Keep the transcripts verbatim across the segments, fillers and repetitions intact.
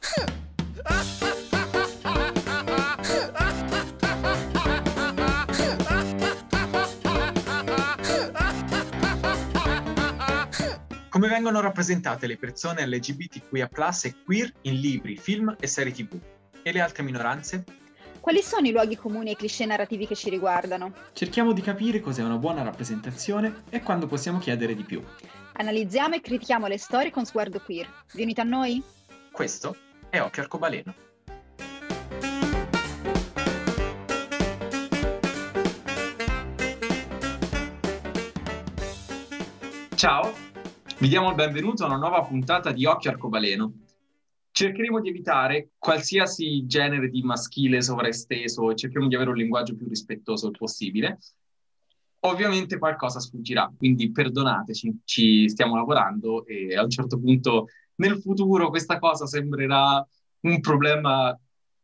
Come vengono rappresentate le persone L G B T Q I A plus, e queer in libri, film e serie tivù? E le altre minoranze? Quali sono i luoghi comuni e i cliché narrativi che ci riguardano? Cerchiamo di capire cos'è una buona rappresentazione e quando possiamo chiedere di più. Analizziamo e critichiamo le storie con sguardo queer. Vi unite a noi? Questo è Occhio Arcobaleno. Ciao, vi diamo il benvenuto a una nuova puntata di Occhio Arcobaleno. Cercheremo di evitare qualsiasi genere di maschile sovraesteso e cercheremo di avere un linguaggio più rispettoso il possibile. Ovviamente qualcosa sfuggirà, quindi perdonateci, ci stiamo lavorando e a un certo punto nel futuro questa cosa sembrerà un problema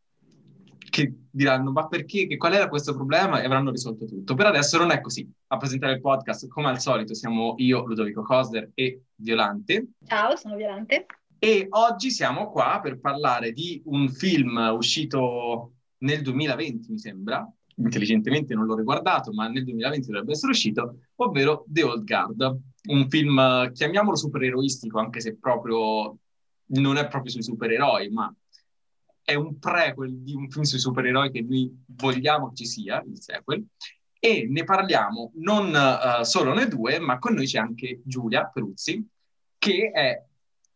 che diranno ma perché, che, qual era questo problema, e avranno risolto tutto. Per adesso non è così. A presentare il podcast come al solito siamo io, Ludovico Cosder, e Violante. Ciao, sono Violante. E oggi siamo qua per parlare di un film uscito nel duemilaventi, mi sembra. Intelligentemente non l'ho riguardato, ma nel duemilaventi dovrebbe essere uscito, ovvero The Old Guard. Un film, chiamiamolo supereroistico, anche se proprio non è proprio sui supereroi, ma è un prequel di un film sui supereroi che noi vogliamo che ci sia, il sequel. E ne parliamo non uh, solo noi due, ma con noi c'è anche Giulia Peruzzi, che è...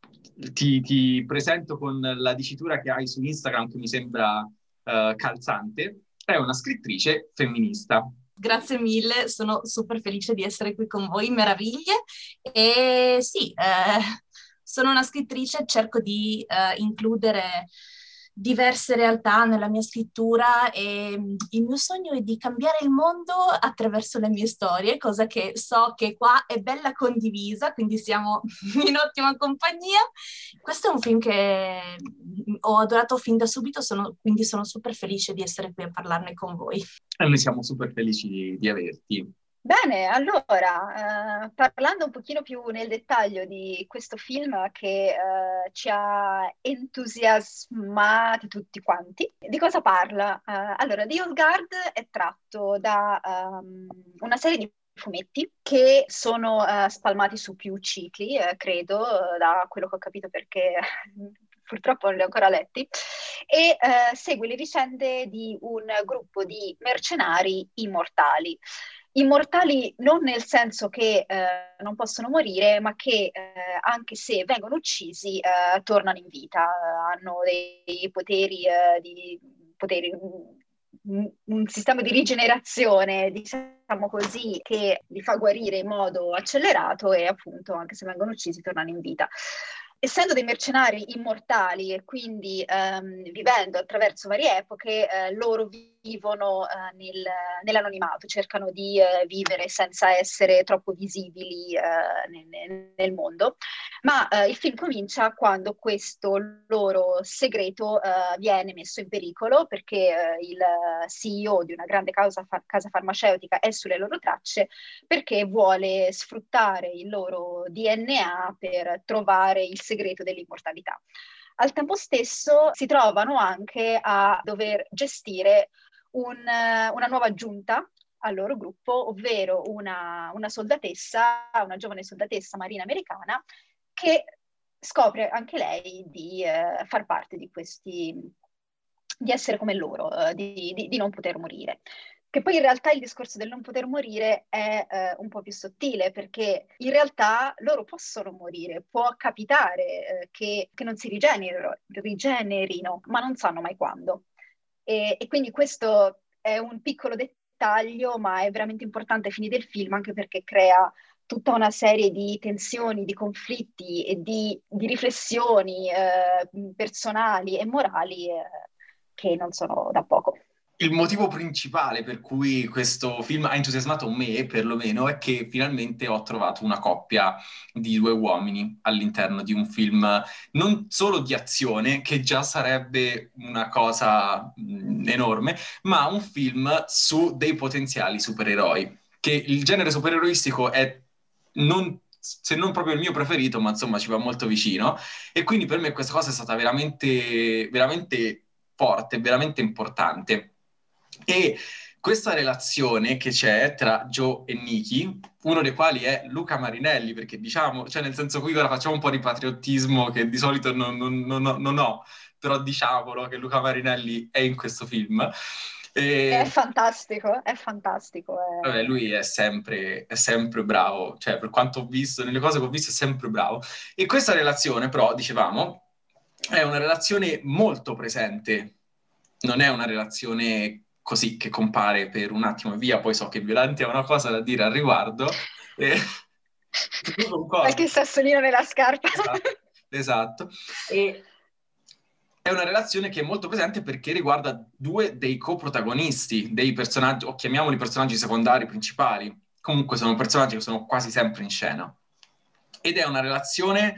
Ti, ti presento con la dicitura che hai su Instagram, che mi sembra uh, calzante. È una scrittrice femminista. Grazie mille, sono super felice di essere qui con voi, meraviglie. E sì, eh, sono una scrittrice, cerco di eh, includere diverse realtà nella mia scrittura e il mio sogno è di cambiare il mondo attraverso le mie storie, cosa che so che qua è bella condivisa, quindi siamo in ottima compagnia. Questo è un film che ho adorato fin da subito, sono, quindi sono super felice di essere qui a parlarne con voi. E noi siamo super felici di, di averti. Bene, allora, eh, parlando un pochino più nel dettaglio di questo film che eh, ci ha entusiasmati tutti quanti, di cosa parla? Eh, allora, The Old Guard è tratto da um, una serie di fumetti che sono uh, spalmati su più cicli, eh, credo, da quello che ho capito perché purtroppo non li ho ancora letti, e uh, segue le vicende di un gruppo di mercenari immortali. Immortali non nel senso che eh, non possono morire, ma che eh, anche se vengono uccisi eh, tornano in vita, eh, hanno dei poteri, eh, di, poteri un, un sistema di rigenerazione, diciamo così, che li fa guarire in modo accelerato e appunto anche se vengono uccisi tornano in vita. Essendo dei mercenari immortali e quindi ehm, vivendo attraverso varie epoche, eh, loro vivono eh, nel, nell'anonimato, cercano di eh, vivere senza essere troppo visibili eh, nel, nel mondo. Ma eh, il film comincia quando questo loro segreto eh, viene messo in pericolo perché eh, il C E O di una grande casa, fa- casa farmaceutica è sulle loro tracce perché vuole sfruttare il loro D N A per trovare il segreto dell'immortalità. Al tempo stesso si trovano anche a dover gestire un, una nuova giunta al loro gruppo, ovvero una, una soldatessa, una giovane soldatessa marina americana che scopre anche lei di eh, far parte di questi, di essere come loro, eh, di, di, di non poter morire. Che poi in realtà il discorso del non poter morire è eh, un po' più sottile, perché in realtà loro possono morire, può capitare eh, che, che non si rigenerino, rigenerino, ma non sanno mai quando. E, e quindi questo è un piccolo dettaglio, ma è veramente importante ai fini del film, anche perché crea tutta una serie di tensioni, di conflitti e di, di riflessioni eh, personali e morali eh, che non sono da poco. Il motivo principale per cui questo film ha entusiasmato me, perlomeno, è che finalmente ho trovato una coppia di due uomini all'interno di un film non solo di azione, che già sarebbe una cosa mh, enorme, ma un film su dei potenziali supereroi. Che il genere supereroistico è non se non proprio il mio preferito, ma insomma ci va molto vicino. E quindi per me questa cosa è stata veramente, veramente forte, veramente importante. E questa relazione che c'è tra Joe e Nikki, uno dei quali è Luca Marinelli, perché diciamo, cioè nel senso qui ora facciamo un po' di patriottismo che di solito non, non- non- non ho, però diciamolo che Luca Marinelli è in questo film. È E, fantastico, è fantastico. vabbè, È... lui è sempre, è sempre bravo, cioè per quanto ho visto, nelle cose che ho visto è sempre bravo. E questa relazione, però, dicevamo, è una relazione molto presente, non è una relazione così che compare per un attimo e via, poi so che Violanti ha una cosa da dire al riguardo, e tu concordi? Qualche sassolino nella scarpa. Esatto, esatto. E è una relazione che è molto presente perché riguarda due dei coprotagonisti, dei personaggi, o chiamiamoli personaggi secondari principali. Comunque sono personaggi che sono quasi sempre in scena. Ed è una relazione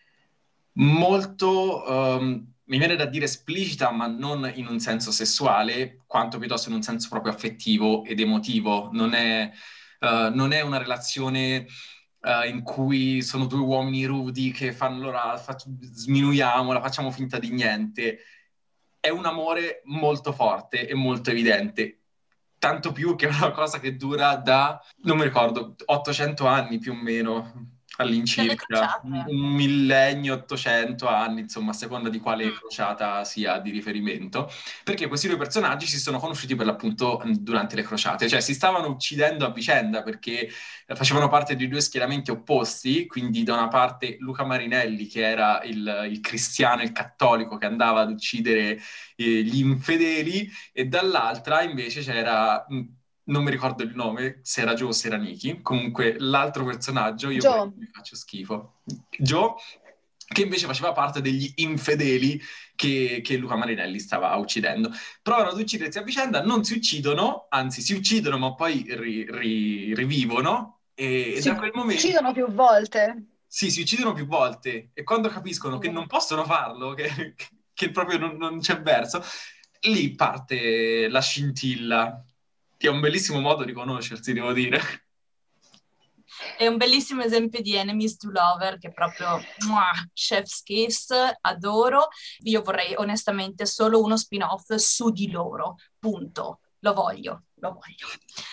molto, um, mi viene da dire esplicita, ma non in un senso sessuale, quanto piuttosto in un senso proprio affettivo ed emotivo. Non è, uh, non è una relazione uh, in cui sono due uomini rudi che fanno allora fac- sminuiamola, facciamo finta di niente. È un amore molto forte e molto evidente. Tanto più che è una cosa che dura da, non mi ricordo, ottocento anni più o meno, Dalle all'incirca, un crociate. un millennio, ottocento anni, insomma, a seconda di quale Mm. crociata sia di riferimento, perché questi due personaggi si sono conosciuti per l'appunto mh, durante le crociate, cioè si stavano uccidendo a vicenda perché eh, facevano parte di due schieramenti opposti, quindi da una parte Luca Marinelli, che era il, il cristiano, il cattolico, che andava ad uccidere eh, gli infedeli, e dall'altra invece c'era, mh, non mi ricordo il nome, se era Joe o se era Nikki, comunque l'altro personaggio, io poi Joe, mi faccio schifo, Joe, che invece faceva parte degli infedeli che, che Luca Marinelli stava uccidendo. Provano ad uccidersi a vicenda, non si uccidono, anzi si uccidono ma poi ri- ri- rivivono, e, e da si quel momento uccidono più volte. sì, si uccidono più volte, e quando capiscono che non possono farlo, che, che proprio non, non c'è verso, lì parte la scintilla, che è un bellissimo modo di conoscersi, devo dire. È un bellissimo esempio di enemies to lover che proprio muah, chef's kiss, adoro. Io vorrei onestamente solo uno spin-off su di loro, punto. Lo voglio, lo voglio.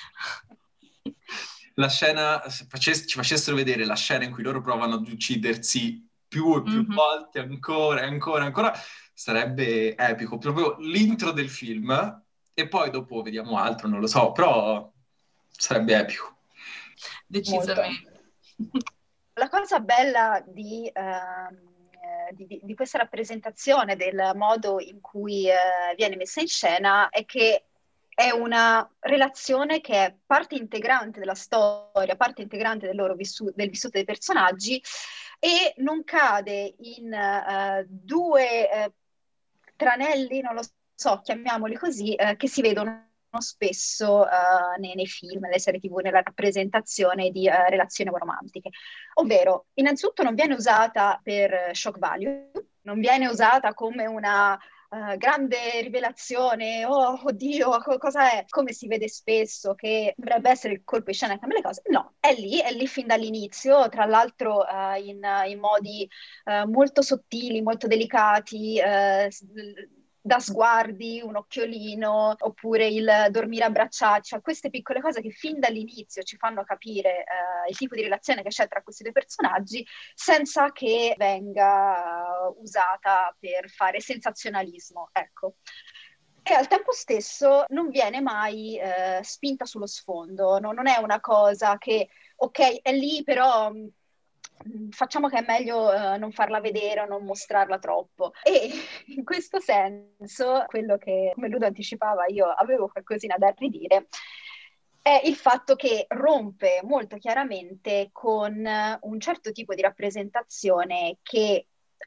La scena, se facess- ci facessero vedere la scena in cui loro provano ad uccidersi più e più Mhm. volte, ancora e ancora e ancora, sarebbe epico. Proprio l'intro del film, e poi dopo vediamo altro, non lo so, però sarebbe epico. Molto. Decisamente. La cosa bella di, ehm, eh, di- di- di questa rappresentazione del modo in cui eh, viene messa in scena è che è una relazione che è parte integrante della storia, parte integrante del loro vissu- del vissuto dei personaggi, e non cade in eh, due eh, tranelli, non lo so, chiamiamoli così, eh, che si vedono spesso eh, nei, nei film, nelle serie T V, nella rappresentazione di eh, relazioni romantiche. Ovvero, innanzitutto non viene usata per shock value, non viene usata come una uh, grande rivelazione, oh oddio, co- cosa è? Come si vede spesso che dovrebbe essere il colpo di scena che cambia le cose. No, è lì, è lì fin dall'inizio, tra l'altro uh, in, in modi uh, molto sottili, molto delicati, uh, da sguardi, un occhiolino, oppure il dormire abbracciati, cioè queste piccole cose che fin dall'inizio ci fanno capire uh, il tipo di relazione che c'è tra questi due personaggi, senza che venga uh, usata per fare sensazionalismo, ecco. E al tempo stesso non viene mai eh, spinta sullo sfondo, no? Non è una cosa che, ok, è lì, però mh, facciamo che è meglio eh, non farla vedere o non mostrarla troppo. E in questo senso, quello che, come Ludo anticipava, io avevo qualcosina da ridire, è il fatto che rompe molto chiaramente con un certo tipo di rappresentazione che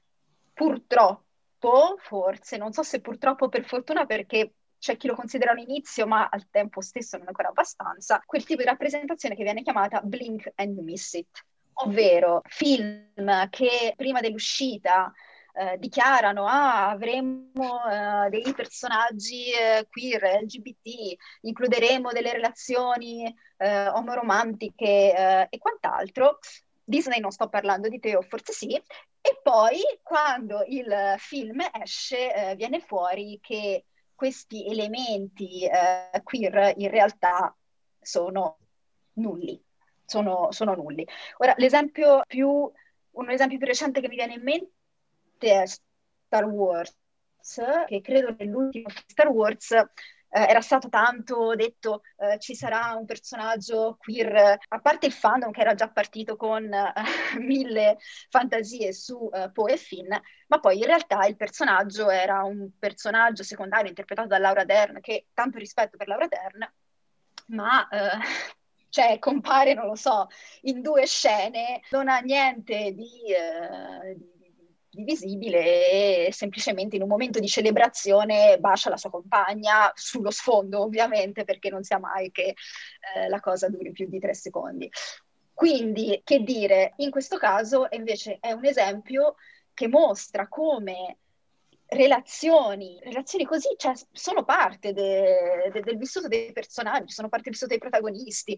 purtroppo, forse, non so se purtroppo per fortuna, perché c'è chi lo considera un inizio, ma al tempo stesso non ancora abbastanza, quel tipo di rappresentazione che viene chiamata blink and miss it, ovvero film che prima dell'uscita eh, dichiarano ah, avremo eh, dei personaggi eh, queer, L G B T, includeremo delle relazioni eh, omoromantiche eh, e quant'altro, Disney, non sto parlando di te, o forse sì, e poi quando il film esce eh, viene fuori che questi elementi eh, queer in realtà sono nulli, sono, sono nulli. Ora, l'esempio più, un esempio più recente che mi viene in mente è Star Wars, che credo nell'ultimo Star Wars eh, era stato tanto detto eh, ci sarà un personaggio queer, a parte il fandom che era già partito con eh, mille fantasie su eh, Poe e Finn, ma poi in realtà il personaggio era un personaggio secondario interpretato da Laura Dern, che tanto rispetto per Laura Dern, ma eh, cioè compare, non lo so, in due scene, non ha niente di, eh, di di visibile e semplicemente in un momento di celebrazione bacia la sua compagna, sullo sfondo ovviamente, perché non sia mai che eh, la cosa duri più di tre secondi. Quindi, che dire, in questo caso invece è un esempio che mostra come relazioni, relazioni così, cioè, sono parte de, de, del vissuto dei personaggi, sono parte del vissuto dei protagonisti,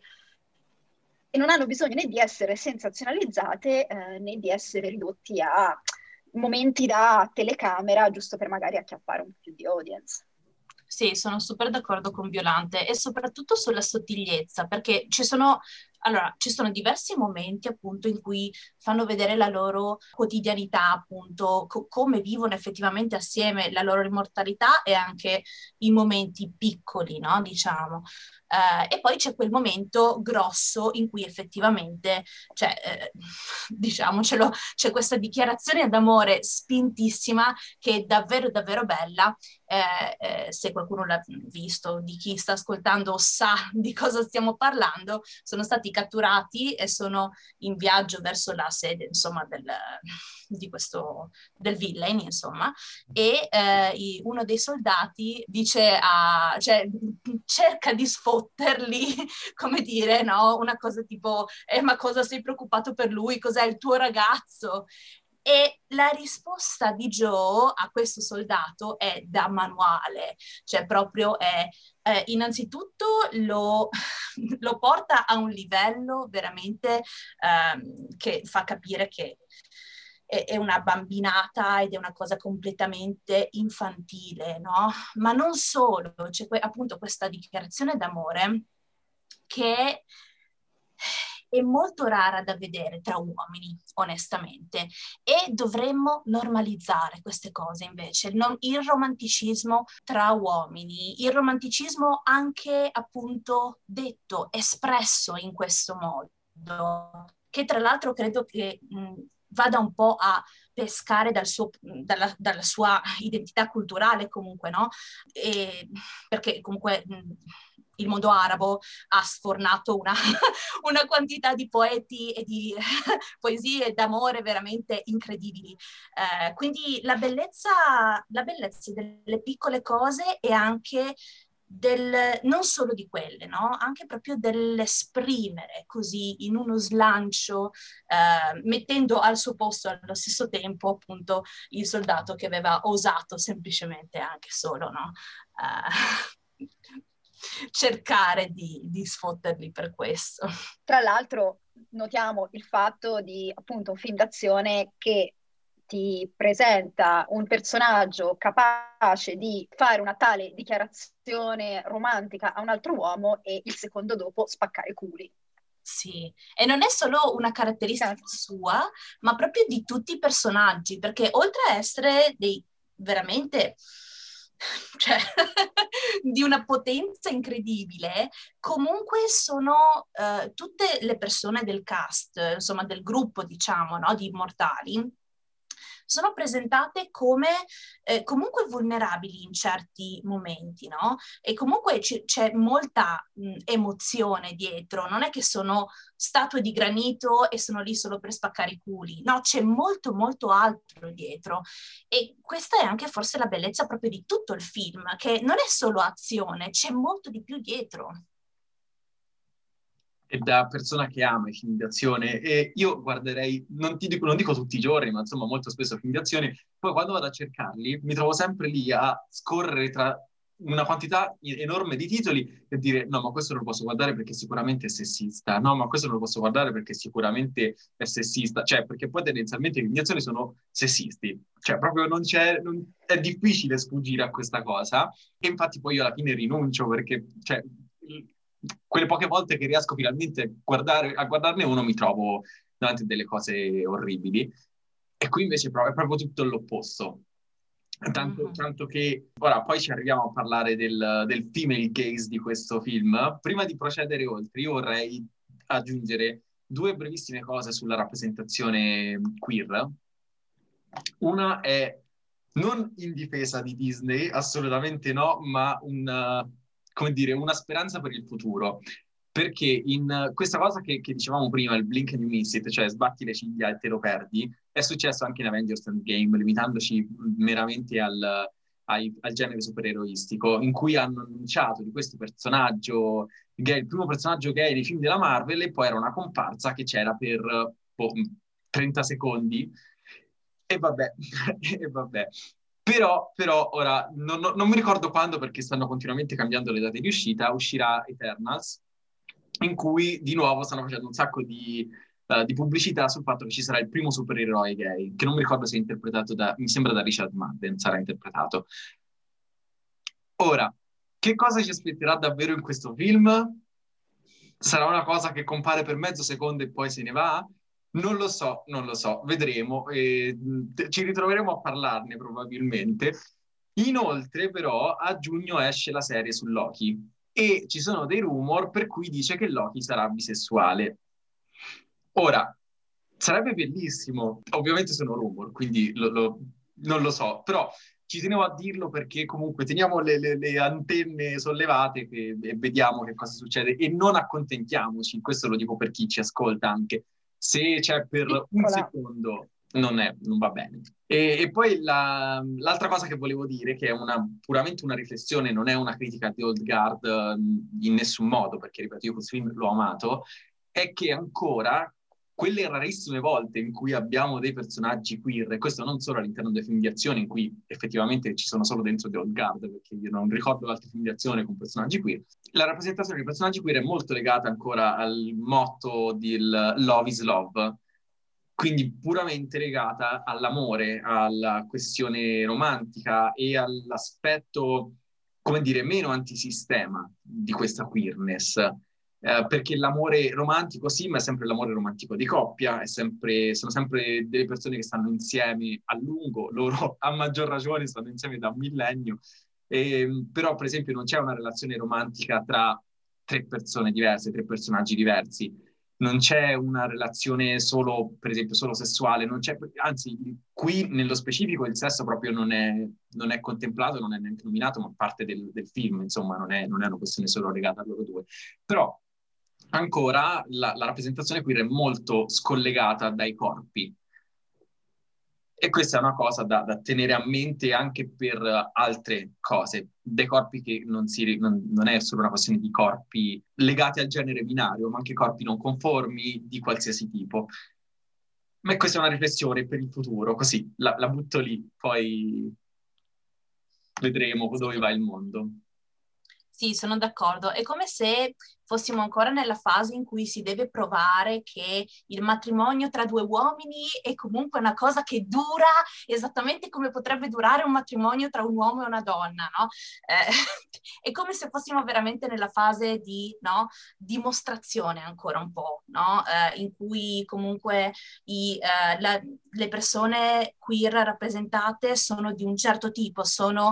e non hanno bisogno né di essere sensazionalizzate eh, né di essere ridotti a momenti da telecamera giusto per magari acchiappare un po' più di audience. Sì, sono super d'accordo con Violante e soprattutto sulla sottigliezza, perché ci sono, allora, ci sono diversi momenti appunto in cui fanno vedere la loro quotidianità, appunto, co- come vivono effettivamente assieme la loro immortalità e anche i momenti piccoli, no? Diciamo. Uh, e poi c'è quel momento grosso in cui effettivamente, cioè, eh, diciamocelo, c'è questa dichiarazione d'amore spintissima che è davvero davvero bella. Eh, eh, se qualcuno l'ha visto, di chi sta ascoltando sa di cosa stiamo parlando, sono stati catturati e sono in viaggio verso la sede, insomma, del, di questo, del villain, insomma, e eh, uno dei soldati dice a, cioè, cerca di sfotterli, come dire, no? Una cosa tipo, eh, ma cosa sei preoccupato per lui? Cos'è il tuo ragazzo? E la risposta di Joe a questo soldato è da manuale, cioè proprio è, eh, innanzitutto lo, lo porta a un livello veramente ehm, che fa capire che è, è una bambinata ed è una cosa completamente infantile, no? Ma non solo, c'è que- appunto questa dichiarazione d'amore che è molto rara da vedere tra uomini, onestamente, e dovremmo normalizzare queste cose invece, non, il romanticismo tra uomini, il romanticismo anche appunto detto, espresso in questo modo, che tra l'altro credo che mh, vada un po' a pescare dal suo, dalla, dalla sua identità culturale comunque, no? E, perché comunque mh, il mondo arabo ha sfornato una, una quantità di poeti e di poesie d'amore veramente incredibili. Eh, quindi la bellezza, la bellezza delle piccole cose e anche del, non solo di quelle, no? Anche proprio dell'esprimere così in uno slancio, eh, mettendo al suo posto allo stesso tempo appunto il soldato che aveva osato semplicemente anche solo, no? Uh, cercare di, di sfotterli per questo. Tra l'altro notiamo il fatto di appunto un film d'azione che ti presenta un personaggio capace di fare una tale dichiarazione romantica a un altro uomo e il secondo dopo spaccare culi. Sì, e non è solo una caratteristica sua, ma proprio di tutti i personaggi, perché oltre a essere dei veramente, cioè, di una potenza incredibile, comunque sono uh, tutte le persone del cast, insomma del gruppo, diciamo, no, di Immortali, sono presentate come eh, comunque vulnerabili in certi momenti, no? E comunque c- c'è molta mh, emozione dietro, non è che sono statue di granito e sono lì solo per spaccare i culi, no, c'è molto molto altro dietro e questa è anche forse la bellezza proprio di tutto il film, che non è solo azione, c'è molto di più dietro. E da persona che ama i film d'azione, e io guarderei, non, ti dico, non dico tutti i giorni, ma insomma molto spesso film d'azione, poi quando vado a cercarli mi trovo sempre lì a scorrere tra una quantità enorme di titoli e dire no, ma questo non lo posso guardare perché sicuramente è sessista, no, ma questo non lo posso guardare perché sicuramente è sessista, cioè perché poi tendenzialmente le indicazioni sono sessisti, cioè proprio non c'è, non, è difficile sfuggire a questa cosa e infatti poi io alla fine rinuncio perché, cioè, quelle poche volte che riesco finalmente a, guardare, a guardarne uno mi trovo davanti a delle cose orribili e qui invece è proprio tutto l'opposto. Tanto, Mhm. tanto che ora poi ci arriviamo a parlare del, del female gaze di questo film. Prima di procedere oltre, io vorrei aggiungere due brevissime cose sulla rappresentazione queer. Una è non in difesa di Disney, assolutamente no, ma una, come dire, una speranza per il futuro. Perché in questa cosa che, che dicevamo prima, il blink and you miss it, cioè sbatti le ciglia e te lo perdi, è successo anche in Avengers Endgame, limitandoci meramente al, ai, al genere supereroistico, in cui hanno annunciato di questo personaggio gay, il primo personaggio gay nei film della Marvel, e poi era una comparsa che c'era per boh, trenta secondi, e vabbè, e vabbè. Però, però ora, non, non, non mi ricordo quando, perché stanno continuamente cambiando le date di uscita, uscirà Eternals, in cui di nuovo stanno facendo un sacco di, uh, di pubblicità sul fatto che ci sarà il primo supereroe gay, che non mi ricordo se è interpretato da, mi sembra da Richard Madden, sarà interpretato. Ora, che cosa ci aspetterà davvero in questo film? Sarà una cosa che compare per mezzo secondo e poi se ne va? Non lo so, non lo so, vedremo. E, t- ci ritroveremo a parlarne probabilmente. Inoltre, però, a giugno esce la serie su Loki e ci sono dei rumor per cui dice che Loki sarà bisessuale. Ora, sarebbe bellissimo, ovviamente sono rumor, quindi lo- lo- non lo so, però ci tenevo a dirlo perché comunque teniamo le, le- le antenne sollevate che- e vediamo che cosa succede e non accontentiamoci, questo lo dico per chi ci ascolta anche, se c'è per un Piccola. secondo non, è, non va bene. E, e poi la- l'altra cosa che volevo dire, che è una, puramente una riflessione, non è una critica di Old Guard eh, in nessun modo, perché ripeto, io questo film l'ho amato, è che ancora quelle rarissime volte in cui abbiamo dei personaggi queer, e questo non solo all'interno dei film di azione, in cui effettivamente ci sono solo dentro The Old Guard, perché io non ricordo altri film di azione con personaggi queer, la rappresentazione dei personaggi queer è molto legata ancora al motto del love is love, quindi puramente legata all'amore, alla questione romantica e all'aspetto, come dire, meno antisistema di questa queerness. Eh, perché l'amore romantico sì, ma è sempre l'amore romantico di coppia, è sempre, sono sempre delle persone che stanno insieme a lungo, loro a maggior ragione stanno insieme da un millennio, e, però per esempio non c'è una relazione romantica tra tre persone diverse, tre personaggi diversi, non c'è una relazione solo, per esempio, solo sessuale, non c'è, anzi, qui nello specifico il sesso proprio non è, non è contemplato, non è neanche nominato, ma parte del, del film, insomma, non è, non è una questione solo legata a loro due. Però ancora la, la rappresentazione qui è molto scollegata dai corpi. E questa è una cosa da, da tenere a mente anche per uh, altre cose, dei corpi che non, si, non, non è solo una questione di corpi legati al genere binario, ma anche corpi non conformi di qualsiasi tipo. Ma questa è una riflessione per il futuro, così la, la butto lì, poi vedremo dove Sì. va il mondo. Sì, sono d'accordo. È come se fossimo ancora nella fase in cui si deve provare che il matrimonio tra due uomini è comunque una cosa che dura esattamente come potrebbe durare un matrimonio tra un uomo e una donna, no? Eh, è come se fossimo veramente nella fase di, no, dimostrazione ancora un po', no? Eh, in cui comunque i, eh, la, le persone queer rappresentate sono di un certo tipo, sono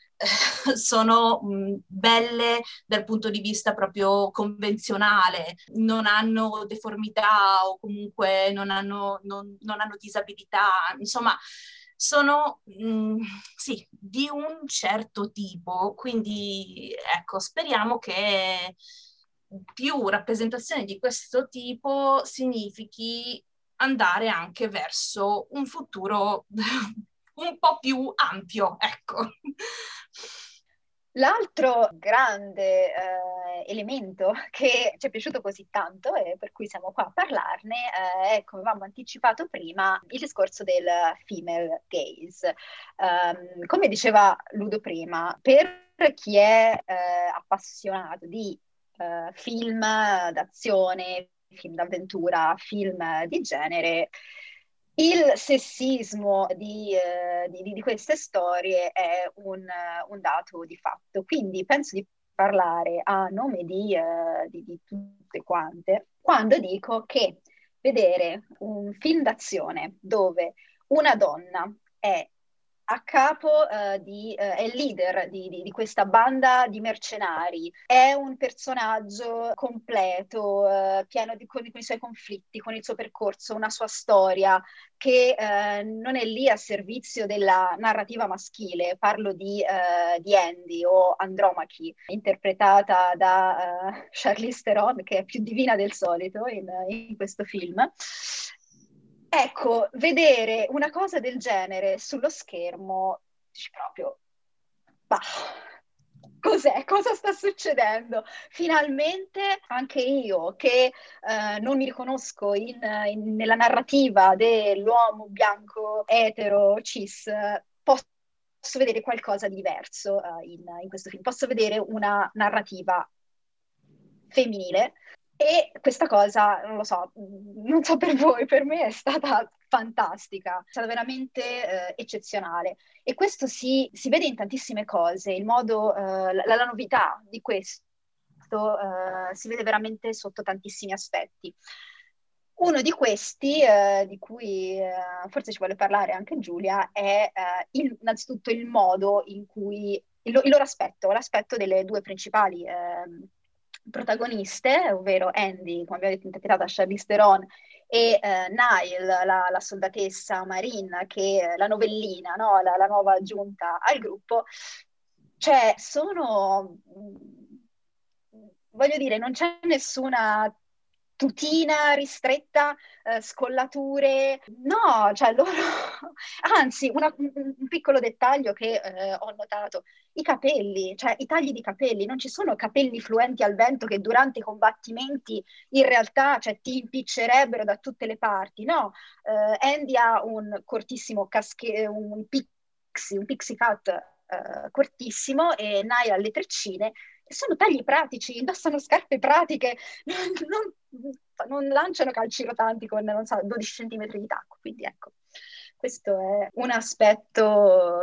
sono mh, belle dal punto di vista proprio convenzionale, non hanno deformità o comunque non hanno, non, non hanno disabilità, insomma, sono mh, sì, di un certo tipo. Quindi ecco, speriamo che più rappresentazione di questo tipo significhi andare anche verso un futuro un po' più ampio, ecco. L'altro grande eh, elemento che ci è piaciuto così tanto e per cui siamo qua a parlarne eh, è, come avevamo anticipato prima, il discorso del female gaze. Um, come diceva Ludo prima, per chi è eh, appassionato di eh, film d'azione, film d'avventura, film di genere, il sessismo di, eh, di- di queste storie è un, un dato di fatto. Quindi penso di parlare a nome di, eh, di- di tutte quante quando dico che vedere un film d'azione dove una donna è a capo, eh, di, eh, è il leader di, di- di questa banda di mercenari, è un personaggio completo, eh, pieno di, con, con i suoi conflitti, con il suo percorso, una sua storia, che eh, non è lì a servizio della narrativa maschile. Parlo di, eh, di Andy o Andromache, interpretata da eh, Charlize Theron, che è più divina del solito in, in questo film. Ecco, vedere una cosa del genere sullo schermo, dici proprio, bah, cos'è? Cosa sta succedendo? Finalmente anche io, che eh, non mi riconosco in- in- nella narrativa dell'uomo bianco, etero, cis, posso vedere qualcosa di diverso eh, in, in questo film. Posso vedere una narrativa femminile. E questa cosa, non lo so, non so per voi, per me è stata fantastica, è stata veramente eh, eccezionale. E questo si, si vede in tantissime cose, il modo, eh, la, la novità di questo eh, si vede veramente sotto tantissimi aspetti. Uno di questi, eh, di cui eh, forse ci vuole parlare anche Giulia, è eh, il- innanzitutto il modo in cui, il, lo- il loro aspetto, l'aspetto delle due principali ehm, protagoniste, ovvero Andy, come abbiamo detto, interpretata da Charlize Theron, e eh, Nile, la, la soldatessa Marine, che è la novellina, no? La, la nuova aggiunta al gruppo. Cioè, sono, voglio dire, non c'è nessuna tutina ristretta, eh, scollature, no, cioè loro, anzi, una- un, un piccolo dettaglio che eh, ho notato, i capelli, cioè i tagli di capelli, non ci sono capelli fluenti al vento che durante i combattimenti in realtà, cioè, ti impiccerebbero da tutte le parti, no, eh, Andy ha un cortissimo casche, un pixie, un pixie cut eh, cortissimo, e Naya ha le treccine. Sono tagli pratici, indossano scarpe pratiche, non, non- non lanciano calci rotanti con, non so, dodici centimetri di tacco. Quindi ecco, questo è un aspetto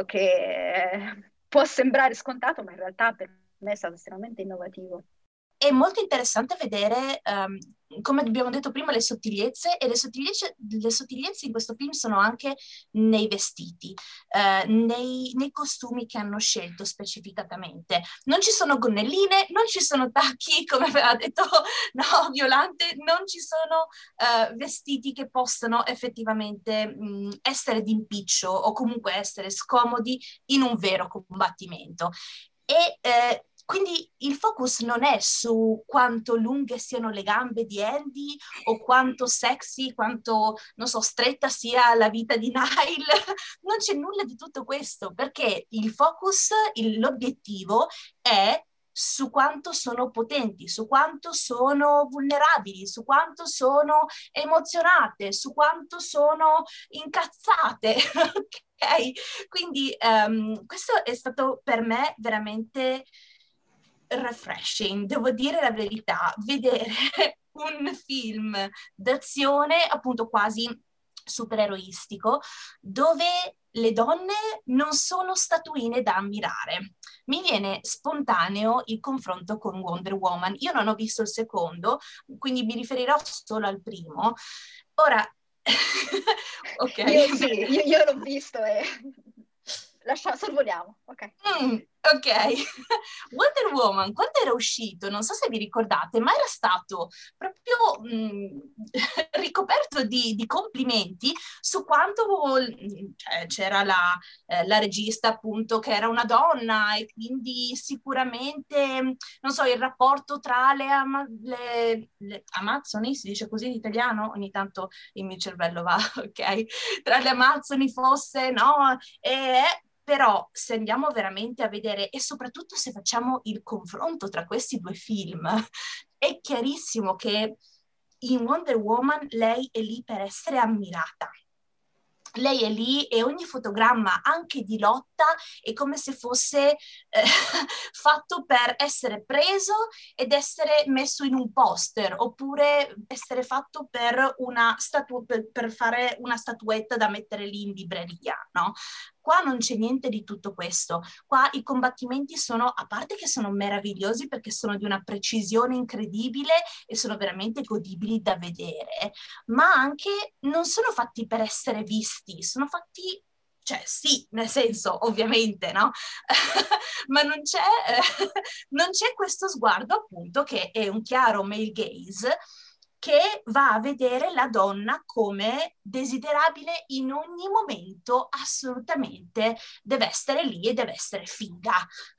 che può sembrare scontato, ma in realtà per me è stato estremamente innovativo. È molto interessante vedere, ehm, come abbiamo detto prima, le sottigliezze, e le sottigliezze, le sottigliezze in questo film sono anche nei vestiti, eh, nei, nei costumi che hanno scelto specificatamente. Non ci sono gonnelline, non ci sono tacchi, come aveva detto no, Violante, non ci sono eh, vestiti che possano effettivamente mh, essere d'impiccio o comunque essere scomodi in un vero combattimento. E eh, quindi il focus non è su quanto lunghe siano le gambe di Andy o quanto sexy, quanto, non so, stretta sia la vita di Nile. Non c'è nulla di tutto questo, perché il focus, il- l'obiettivo è su quanto sono potenti, su quanto sono vulnerabili, su quanto sono emozionate, su quanto sono incazzate. Ok? Quindi um, questo è stato per me veramente refreshing, devo dire la verità, vedere un film d'azione appunto quasi supereroistico, dove le donne non sono statuine da ammirare. Mi viene spontaneo il confronto con Wonder Woman. Io non ho visto il secondo, quindi mi riferirò solo al primo. Ora, ok. Io sì, io, io l'ho visto e lasciamo, sorvoliamo, ok. Mm, ok. Wonder Woman, quando era uscito, non so se vi ricordate, ma era stato proprio mh, ricoperto di, di complimenti su quanto cioè, c'era la, eh, la regista, appunto, che era una donna, e quindi sicuramente, non so, il rapporto tra le, ama- le, le Amazzoni, si dice così in italiano? Ogni tanto il mio cervello va, ok? Tra le Amazzoni fosse, no? E però se andiamo veramente a vedere, e soprattutto se facciamo il confronto tra questi due film, è chiarissimo che in Wonder Woman lei è lì per essere ammirata. lei è lì e ogni fotogramma, anche di lotta, è come se fosse eh, fatto per essere preso ed essere messo in un poster, oppure essere fatto per, una statu- per, per fare una statuetta da mettere lì in libreria, no? Qua non c'è niente di tutto questo. Qua i combattimenti sono, a parte che sono meravigliosi perché sono di una precisione incredibile e sono veramente godibili da vedere, ma anche non sono fatti per essere visti, sono fatti, cioè sì, nel senso, ovviamente, no? Ma non c'è, eh, non c'è questo sguardo, appunto, che è un chiaro male gaze, che va a vedere la donna come desiderabile in ogni momento, assolutamente deve essere lì e deve essere figa.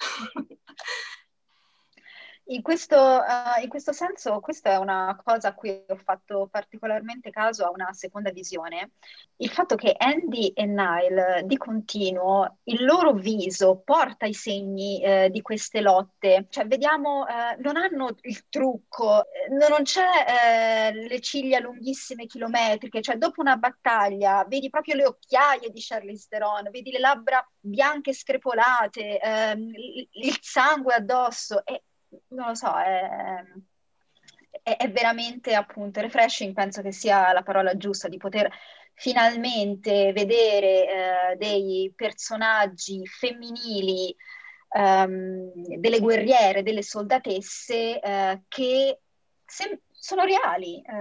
In questo, uh, in questo senso, questa è una cosa a cui ho fatto particolarmente caso a una seconda visione. Il fatto che Andy e Nile di continuo il loro viso porta i segni eh, di queste lotte, cioè vediamo, eh, non hanno il trucco, eh, non c'è eh, le ciglia lunghissime chilometriche, cioè dopo una battaglia vedi proprio le occhiaie di Charlize Theron, vedi le labbra bianche screpolate, ehm, il, il sangue addosso e non lo so, è, è, è veramente appunto refreshing, penso che sia la parola giusta, di poter finalmente vedere eh, dei personaggi femminili, ehm, delle guerriere, delle soldatesse eh, che sem- sono reali, eh,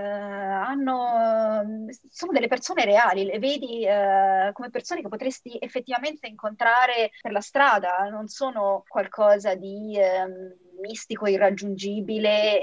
hanno, sono delle persone reali, le vedi eh, come persone che potresti effettivamente incontrare per la strada, non sono qualcosa di ehm, mistico, irraggiungibile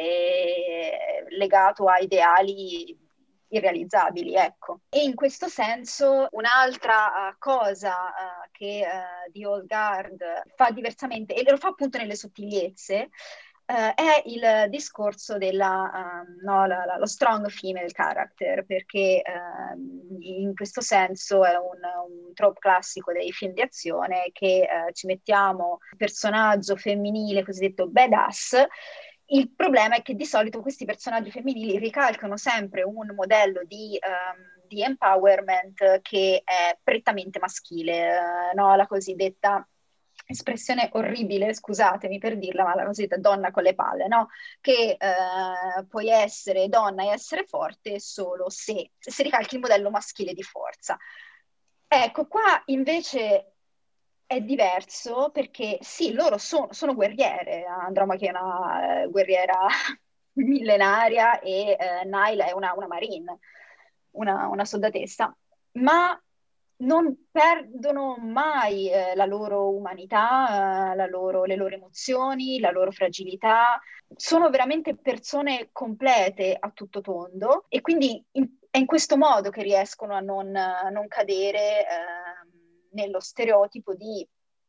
e legato a ideali irrealizzabili, ecco. E in questo senso un'altra uh, cosa uh, che uh, The Old Guard fa diversamente, e lo fa appunto nelle sottigliezze, Uh, è il discorso della, um, no, la, la, lo strong female character, perché uh, in questo senso è un, un trope classico dei film di azione che uh, ci mettiamo un personaggio femminile cosiddetto badass. Il problema è che di solito questi personaggi femminili ricalcano sempre un modello di, um, di empowerment che è prettamente maschile, uh, no? La cosiddetta espressione orribile, scusatemi per dirla, ma la cosiddetta donna con le palle, no? Che eh, puoi essere donna e essere forte solo se, se ricalchi il modello maschile di forza. Ecco, qua invece è diverso perché sì, loro sono, sono guerriere, Andromache è una eh, guerriera millenaria e eh, Nile è una, una marine, una, una soldatessa, ma non perdono mai eh, la loro umanità, eh, la loro, le loro emozioni, la loro fragilità. Sono veramente persone complete a tutto tondo e quindi in, è in questo modo che riescono a non, a non cadere eh, nello stereotipo di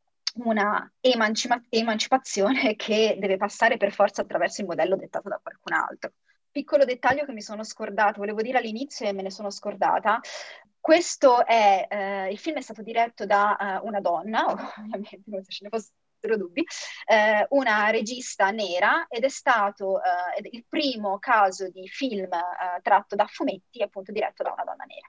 una emancipa- emancipazione che deve passare per forza attraverso il modello dettato da qualcun altro. Piccolo dettaglio che mi sono scordata, volevo dire all'inizio e me ne sono scordata. Questo è, eh, il film è stato diretto da uh, una donna, ovviamente non se ce ne fossero dubbi, eh, una regista nera ed è stato eh, il primo caso di film eh, tratto da fumetti appunto diretto da una donna nera.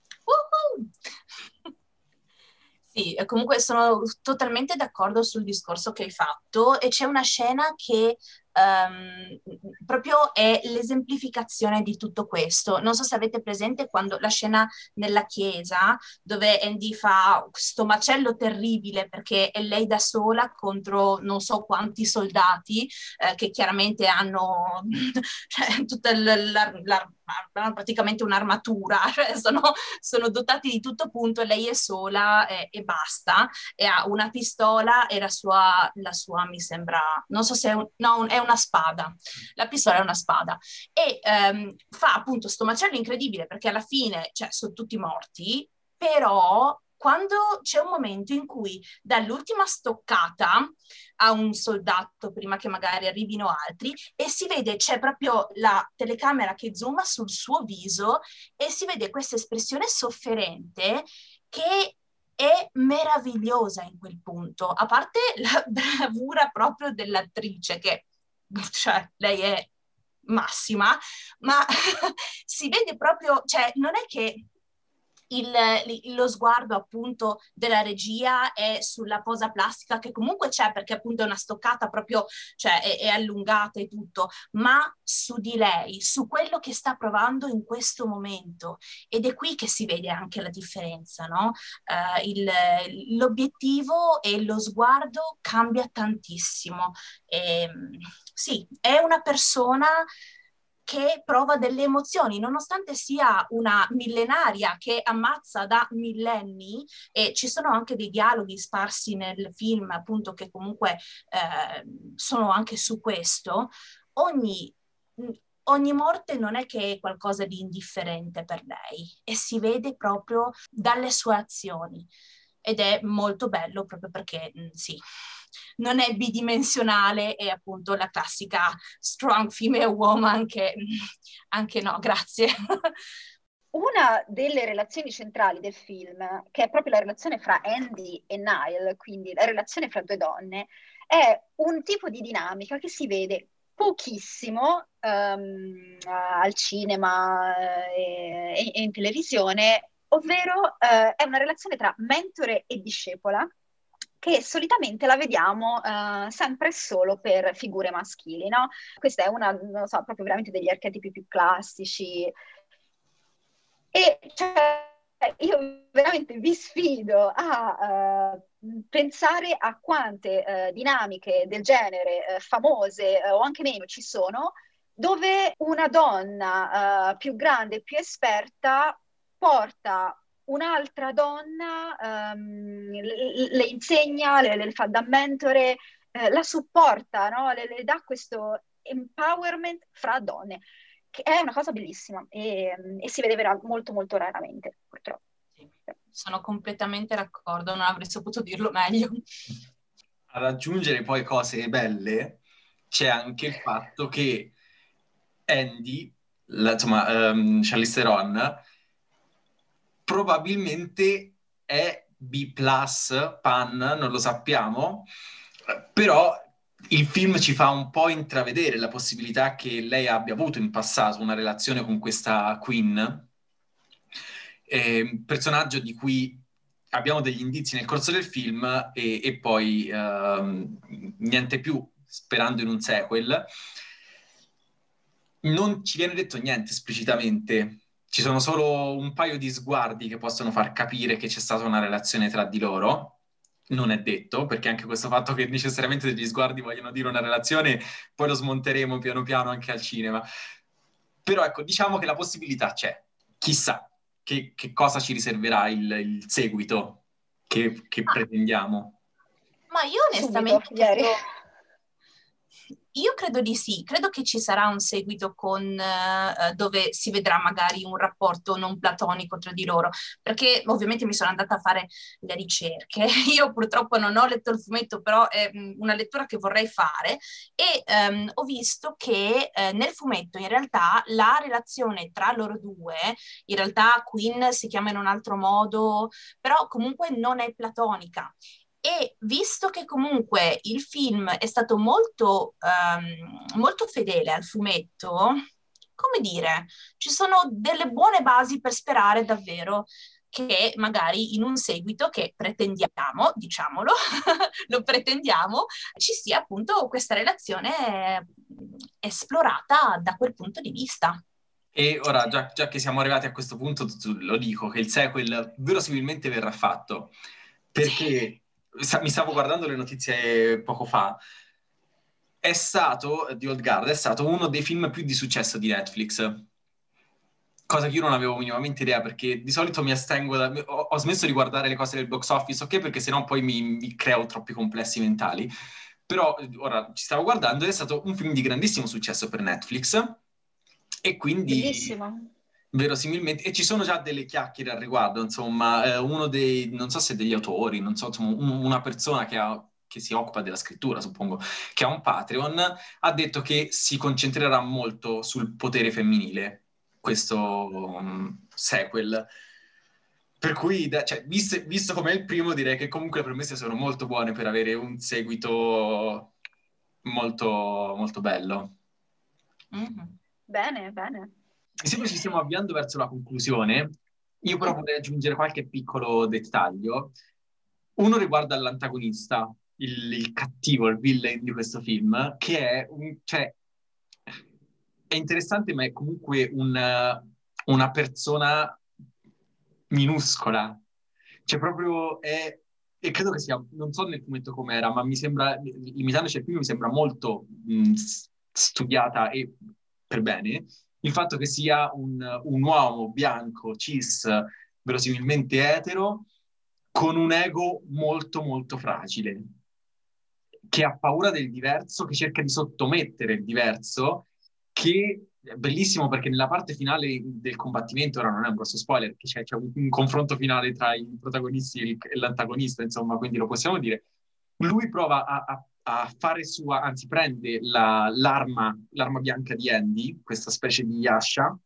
Uh-huh. Sì, comunque sono totalmente d'accordo sul discorso che hai fatto e c'è una scena che um, proprio è l'esemplificazione di tutto questo. Non so se avete presente quando la scena nella chiesa dove Andy fa questo macello terribile perché è lei da sola contro non so quanti soldati eh, che chiaramente hanno cioè, tutta la, la, la, praticamente un'armatura, cioè sono, sono dotati di tutto punto e lei è sola e, e basta, e ha una pistola e la sua, la sua mi sembra, non so se è, un, no, è una spada, la pistola è una spada, e um, fa appunto sto macello incredibile perché alla fine, cioè, sono tutti morti, però quando c'è un momento in cui dall'ultima stoccata a un soldato prima che magari arrivino altri e si vede, c'è proprio la telecamera che zooma sul suo viso e si vede questa espressione sofferente che è meravigliosa in quel punto, a parte la bravura proprio dell'attrice che, cioè, lei è massima, ma si vede proprio, cioè, non è che Il, lo sguardo appunto della regia è sulla posa plastica, che comunque c'è perché appunto è una stoccata proprio, cioè è, è allungata e tutto, ma su di lei, su quello che sta provando in questo momento, ed è qui che si vede anche la differenza, no? Uh, il, l'obiettivo e lo sguardo cambia tantissimo. E, sì, è una persona che prova delle emozioni, nonostante sia una millenaria che ammazza da millenni, e ci sono anche dei dialoghi sparsi nel film, appunto, che comunque eh, sono anche su questo. Ogni, ogni morte non è che è qualcosa di indifferente per lei, e si vede proprio dalle sue azioni. Ed è molto bello proprio perché, mh, sì, non è bidimensionale, è appunto la classica strong female woman che anche no, grazie. Una delle relazioni centrali del film, che è proprio la relazione fra Andy e Niall, quindi la relazione fra due donne, è un tipo di dinamica che si vede pochissimo um, al cinema e, e in televisione, ovvero uh, è una relazione tra mentore e discepola, che solitamente la vediamo uh, sempre e solo per figure maschili, no? Questa è una, non so, proprio veramente degli archetipi più classici. E cioè, io veramente vi sfido a uh, pensare a quante uh, dinamiche del genere, uh, famose uh, o anche meno, ci sono, dove una donna uh, più grande, più esperta, porta un'altra donna, um, le, le insegna, le, le fa da mentore, eh, la supporta, no? le, le dà questo empowerment fra donne, che è una cosa bellissima e, e si vede vera- molto molto raramente, purtroppo. Sì, sono completamente d'accordo, non avrei saputo dirlo meglio. Ad aggiungere poi cose belle, c'è anche il fatto che Andy, la, insomma, um, Charlize Theron, probabilmente è B plus, pan, non lo sappiamo, però il film ci fa un po' intravedere la possibilità che lei abbia avuto in passato una relazione con questa Queen, eh, personaggio di cui abbiamo degli indizi nel corso del film e, e poi ehm, niente più, sperando in un sequel. Non ci viene detto niente esplicitamente, ci sono solo un paio di sguardi che possono far capire che c'è stata una relazione tra di loro. Non è detto, perché anche questo fatto che necessariamente degli sguardi vogliono dire una relazione, poi lo smonteremo piano piano anche al cinema. Però ecco, diciamo che la possibilità c'è. Chissà che, che cosa ci riserverà il, il seguito che, che pretendiamo. Ma io onestamente Subito, ieri. credo, io credo di sì, credo che ci sarà un seguito con uh, dove si vedrà magari un rapporto non platonico tra di loro, perché ovviamente mi sono andata a fare le ricerche, io purtroppo non ho letto il fumetto, però è una lettura che vorrei fare, e um, ho visto che uh, nel fumetto in realtà la relazione tra loro due, in realtà Queen si chiama in un altro modo, però comunque non è platonica. E visto che comunque il film è stato molto, um, molto fedele al fumetto, come dire, ci sono delle buone basi per sperare davvero che magari in un seguito che pretendiamo, diciamolo, lo pretendiamo, ci sia appunto questa relazione esplorata da quel punto di vista. E ora, già, già che siamo arrivati a questo punto, lo dico, che il sequel verosimilmente verrà fatto, perché... Sì. Mi stavo guardando le notizie poco fa, è stato, The Old Guard, è stato uno dei film più di successo di Netflix, cosa che io non avevo minimamente idea, perché di solito mi astengo, da, ho, ho smesso di guardare le cose del box office, ok, perché sennò poi mi, mi creo troppi complessi mentali, però ora ci stavo guardando ed è stato un film di grandissimo successo per Netflix, e quindi... Bellissimo. Verosimilmente, e ci sono già delle chiacchiere al riguardo, insomma, eh, uno dei, non so se degli autori, non so, insomma, un, una persona che, ha, che si occupa della scrittura, suppongo, che ha un Patreon, ha detto che si concentrerà molto sul potere femminile, questo um, sequel. Per cui, cioè, visto, visto come è il primo, direi che comunque le premesse sono molto buone per avere un seguito molto, molto bello. Mm-hmm. Bene, bene. Mi sembra ci stiamo avviando verso la conclusione. Io però vorrei aggiungere qualche piccolo dettaglio. Uno riguarda l'antagonista, il, il cattivo, il villain di questo film, che è un, cioè, è interessante, ma è comunque un, una persona minuscola. Cioè, proprio è. E credo che sia, non so nel fumetto com'era, ma mi sembra, limitandoci al film, mi sembra molto mh, studiata e per bene il fatto che sia un, un uomo bianco, cis, verosimilmente etero, con un ego molto molto fragile, che ha paura del diverso, che cerca di sottomettere il diverso, che è bellissimo perché nella parte finale del combattimento, ora non è un grosso spoiler, che c'è, c'è un, un confronto finale tra i protagonisti e, il, e l'antagonista, insomma, quindi lo possiamo dire. Lui prova a, a, a fare sua, anzi prende la, l'arma, l'arma bianca di Andy, questa specie di Yasha,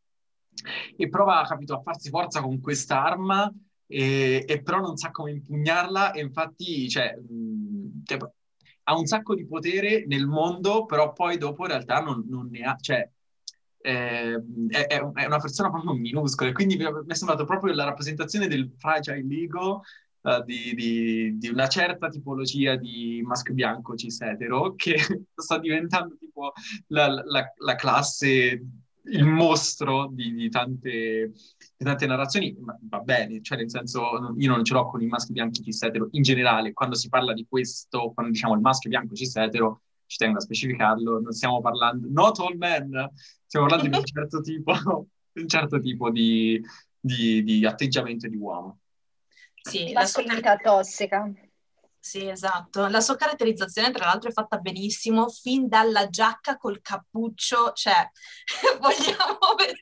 e prova, capito, a farsi forza con questa arma, e, e però non sa come impugnarla, e infatti, cioè, mh, cioè, ha un sacco di potere nel mondo, però poi dopo in realtà non, non ne ha, cioè, eh, è, è una persona proprio minuscola, e quindi mi è sembrato proprio la rappresentazione del fragile ego, uh, di, di, di una certa tipologia di maschio bianco cis etero, che sta diventando tipo la, la, la classe, il mostro di, di tante di tante narrazioni, ma va bene, cioè nel senso io non ce l'ho con i maschi bianchi cis etero in generale, quando si parla di questo, quando diciamo il maschio bianco cis etero, ci tengo a specificarlo, non stiamo parlando, not all men, stiamo parlando di un certo tipo, un certo tipo di, di, di atteggiamento di uomo. Sì, Di la sua mascolinità tossica. Sì, esatto. La sua caratterizzazione, tra l'altro, è fatta benissimo, fin dalla giacca col cappuccio, cioè, vogliamo vedere...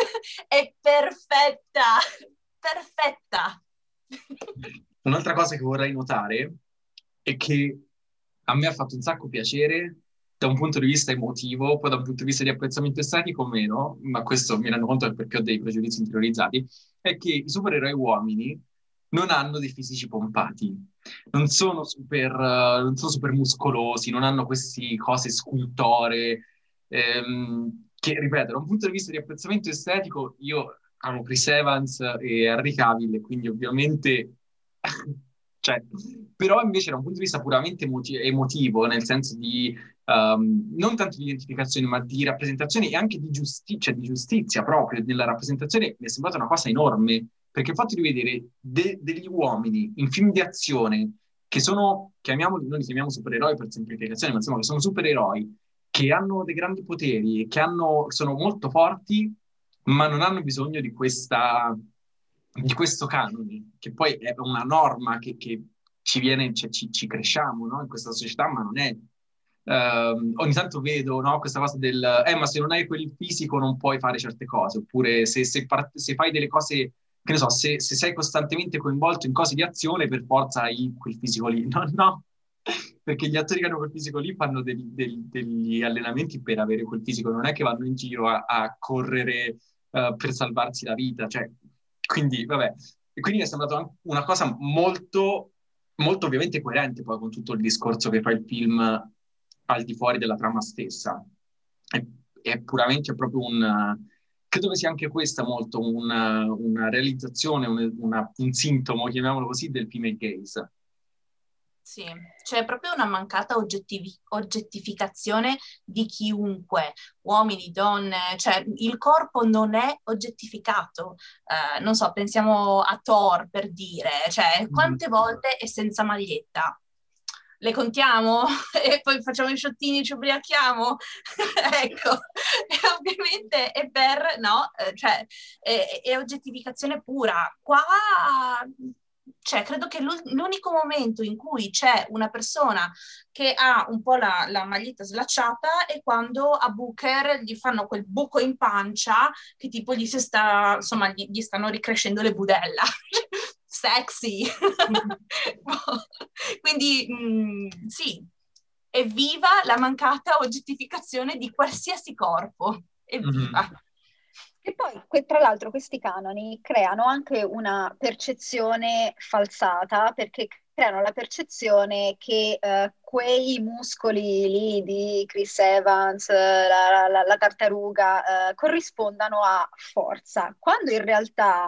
è perfetta, perfetta. Un'altra cosa che vorrei notare è che a me ha fatto un sacco piacere da un punto di vista emotivo, poi da un punto di vista di apprezzamento estetico meno, ma questo mi rendo conto perché ho dei pregiudizi interiorizzati, è che i supereroi uomini non hanno dei fisici pompati, non sono super, uh, non sono super muscolosi, non hanno queste cose scultoree, ehm, che, ripeto, da un punto di vista di apprezzamento estetico, io amo Chris Evans e Henry Cavill, e quindi ovviamente cioè, però invece da un punto di vista puramente emoti- emotivo, nel senso di um, non tanto di identificazione, ma di rappresentazione e anche di, giusti- cioè di giustizia proprio nella rappresentazione, mi è sembrata una cosa enorme, perché il fatto di vedere de- degli uomini in film di azione che sono, chiamiamoli, noi li chiamiamo supereroi per semplificazione, ma insomma che sono supereroi, che hanno dei grandi poteri, che hanno, sono molto forti, ma non hanno bisogno di questa di questo canone, che poi è una norma che, che ci viene, cioè ci, ci cresciamo, no? In questa società, ma non è. Uh, ogni tanto vedo, no, questa cosa del eh, ma se non hai quel fisico non puoi fare certe cose, oppure se, se, par- se fai delle cose, che ne so, se, se sei costantemente coinvolto in cose di azione, per forza hai quel fisico lì. No, no, perché gli attori che hanno quel fisico lì fanno degli, degli, degli allenamenti per avere quel fisico, non è che vanno in giro a, a correre uh, per salvarsi la vita, cioè, quindi, vabbè, e quindi mi è sembrato una cosa molto, molto ovviamente coerente poi con tutto il discorso che fa il film al di fuori della trama stessa. È, è puramente proprio un... Credo che sia anche questa molto una, una realizzazione, un, una, un sintomo, chiamiamolo così, del female gaze. Sì, c'è proprio una mancata oggettivi- oggettificazione di chiunque, uomini, donne, cioè il corpo non è oggettificato. Eh, non so, pensiamo a Thor per dire, cioè Mm. quante volte è senza maglietta? Le contiamo e poi facciamo i sciottini e ci ubriachiamo? Ecco, e ovviamente è per, no, eh, cioè è, è oggettificazione pura. Qua cioè, credo che l'u- l'unico momento in cui c'è una persona che ha un po' la, la maglietta slacciata è quando a Booker gli fanno quel buco in pancia che tipo gli, si sta, insomma, gli, gli stanno ricrescendo le budella. Sexy! Quindi mh, sì, evviva la mancata oggettificazione di qualsiasi corpo. Evviva! Mhm. E poi, que- tra l'altro, questi canoni creano anche una percezione falsata, perché creano la percezione che eh, quei muscoli lì di Chris Evans, eh, la, la- la tartaruga, eh, corrispondano a forza, quando in realtà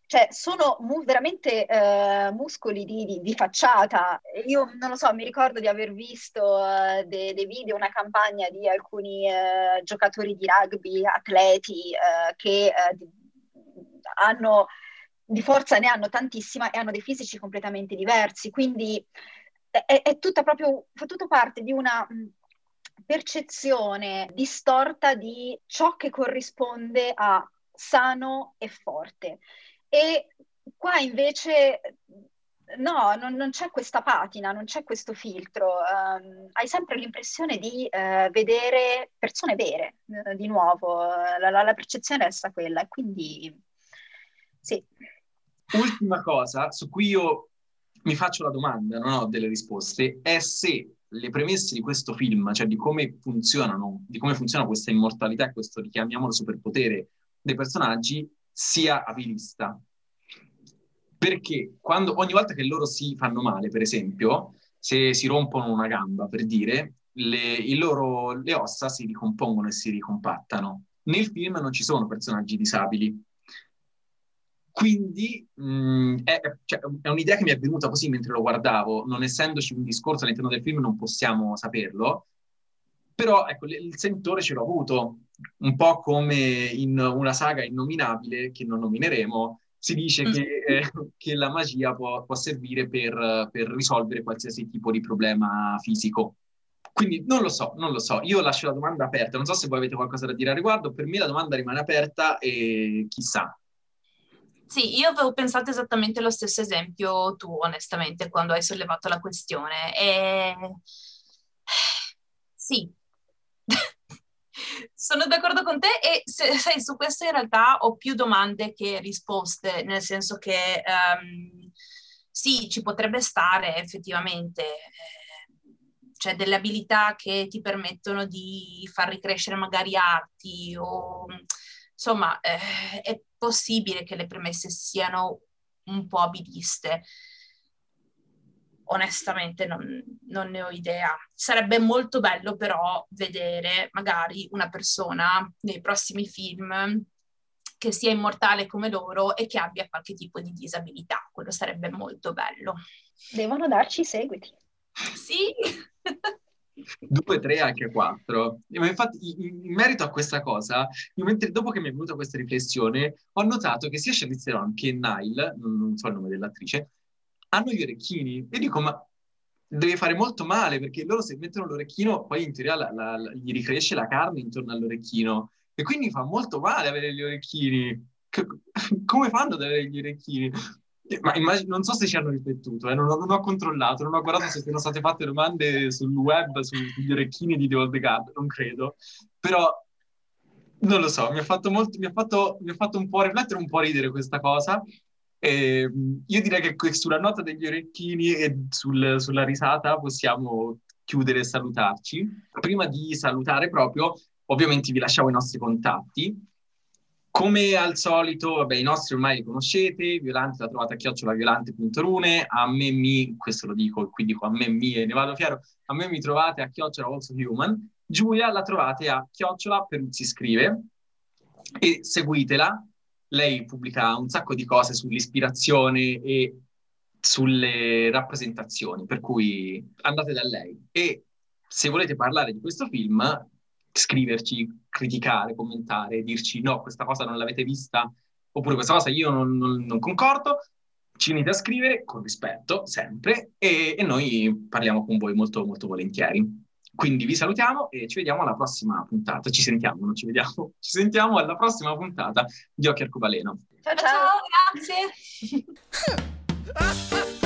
cioè sono mu- veramente eh, muscoli di, di- di facciata. Io non lo so, mi ricordo di aver visto eh, de- dei video, una campagna di alcuni eh, giocatori di rugby, atleti, eh, che eh, di- hanno di forza ne hanno tantissima e hanno dei fisici completamente diversi, quindi è, è tutta proprio, fa tutto parte di una mh, percezione distorta di ciò che corrisponde a sano e forte. E qua invece no, non, non c'è questa patina, non c'è questo filtro. Ehm, hai sempre l'impressione di eh, vedere persone vere, eh, di nuovo. La, la- la percezione resta quella, e quindi sì. Ultima cosa su cui io mi faccio la domanda, non ho delle risposte, è se le premesse di questo film, cioè di come funzionano, di come funziona questa immortalità e questo, richiamiamolo, superpotere dei personaggi, sia abilista. Perché quando, ogni volta che loro si fanno male, per esempio, se si rompono una gamba, per dire, le, i loro, le ossa si ricompongono e si ricompattano. Nel film non ci sono personaggi disabili. Quindi mh, è, cioè, è un'idea che mi è venuta così mentre lo guardavo, non essendoci un discorso all'interno del film non possiamo saperlo, però ecco, il sentore ce l'ho avuto, un po' come in una saga innominabile che non nomineremo, si dice che, eh, che la magia può, può servire per, per risolvere qualsiasi tipo di problema fisico. Quindi non lo so, non lo so, io lascio la domanda aperta, non so se voi avete qualcosa da dire a riguardo, per me la domanda rimane aperta e chissà. Sì, io avevo pensato esattamente lo stesso esempio tu, onestamente, quando hai sollevato la questione. E... Sì, sono d'accordo con te e se, sai, su questo in realtà ho più domande che risposte, nel senso che um, sì, ci potrebbe stare effettivamente, eh, cioè delle abilità che ti permettono di far ricrescere magari arti o insomma eh, è possibile che le premesse siano un po' abiliste. Onestamente non, non ne ho idea. Sarebbe molto bello però vedere magari una persona nei prossimi film che sia immortale come loro e che abbia qualche tipo di disabilità. Quello sarebbe molto bello. Devono darci i seguiti. Sì. Due, tre, anche quattro. Ma infatti, in, in merito a questa cosa, io mentre, dopo che mi è venuta questa riflessione, ho notato che sia Charlize Theron che Nile, non, non so il nome dell'attrice, hanno gli orecchini. E dico, ma deve fare molto male, perché loro se mettono l'orecchino, poi in teoria la, la, la, gli ricresce la carne intorno all'orecchino. E quindi fa molto male avere gli orecchini. C- come fanno ad avere gli orecchini? Ma immagino, non so se ci hanno riflettuto, eh, non, ho, non ho controllato, non ho guardato se sono state fatte domande sul web, su, sugli orecchini di The Old Guard, non credo. Però, non lo so, mi ha fatto, molto, mi ha fatto, mi ha fatto un po' riflettere, un po' ridere questa cosa. E, io direi che sulla nota degli orecchini e sul, sulla risata possiamo chiudere e salutarci. Prima di salutare proprio, ovviamente vi lasciamo i nostri contatti. Come al solito, vabbè, i nostri ormai li conoscete, Violante la trovate a chiocciolaviolante punto rune, a me mi, questo lo dico, qui dico a me mi e ne vado fiero, a me mi trovate a chiocciola also human, Giulia la trovate a chiocciola Peruzzi scrive e seguitela, lei pubblica un sacco di cose sull'ispirazione e sulle rappresentazioni, per cui andate da lei. E se volete parlare di questo film, scriverci, criticare, commentare, dirci no, questa cosa non l'avete vista, oppure questa cosa io non, non, non concordo, ci venite a scrivere con rispetto, sempre, e, e noi parliamo con voi molto, molto volentieri. Quindi vi salutiamo e ci vediamo alla prossima puntata. Ci sentiamo, non ci vediamo. Ci sentiamo alla prossima puntata di Occhi Arcobaleno. Ciao ciao! Ciao, grazie!